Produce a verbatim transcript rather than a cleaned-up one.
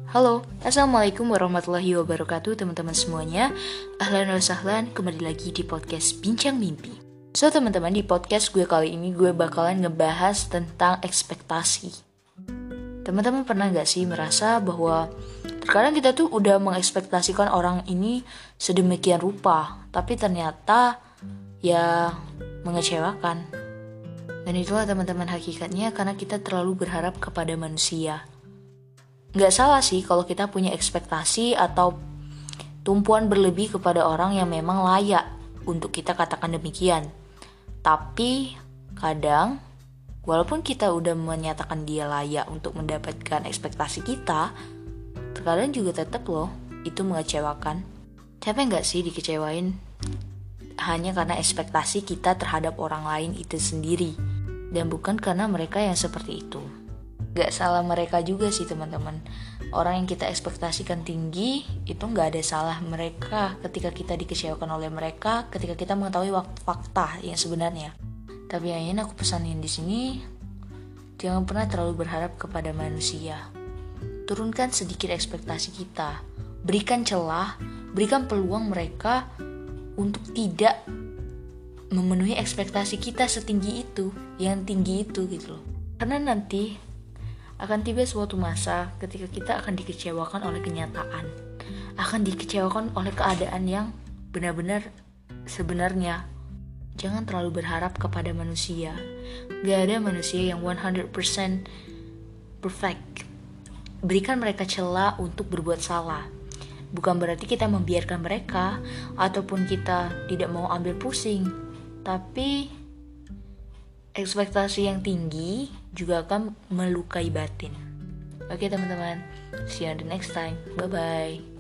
Halo, Assalamualaikum warahmatullahi wabarakatuh teman-teman semuanya. Ahlan wa sahlan, kembali lagi di podcast Bincang Mimpi. So teman-teman, di podcast gue kali ini gue bakalan ngebahas tentang ekspektasi. Teman-teman pernah gak sih merasa bahwa terkadang kita tuh udah mengekspektasikan orang ini sedemikian rupa, tapi ternyata ya mengecewakan. Dan itulah teman-teman hakikatnya karena kita terlalu berharap kepada manusia. Gak salah sih kalau kita punya ekspektasi atau tumpuan berlebih kepada orang yang memang layak untuk kita katakan demikian. Tapi kadang walaupun kita udah menyatakan dia layak untuk mendapatkan ekspektasi kita, terkadang juga tetap loh itu mengecewakan. Capek gak sih dikecewain hanya karena ekspektasi kita terhadap orang lain itu sendiri, dan bukan karena mereka yang seperti itu. Gak salah mereka juga sih teman-teman. Orang yang kita ekspektasikan tinggi itu gak ada salah mereka ketika kita dikecewakan oleh mereka, ketika kita mengetahui fakta yang sebenarnya. Tapi yang ingin aku pesanin di sini, jangan pernah terlalu berharap kepada manusia. Turunkan sedikit ekspektasi kita. Berikan celah, berikan peluang mereka untuk tidak memenuhi ekspektasi kita setinggi itu, yang tinggi itu gitu loh. Karena nanti akan tiba suatu masa ketika kita akan dikecewakan oleh kenyataan, akan dikecewakan oleh keadaan yang benar-benar sebenarnya. Jangan terlalu berharap kepada manusia. Gak ada manusia yang one hundred percent perfect. Berikan mereka celah untuk berbuat salah. Bukan berarti kita membiarkan mereka ataupun kita tidak mau ambil pusing, tapi ekspektasi yang tinggi juga akan melukai batin. Oke teman-teman, see you on the next time. Bye-bye.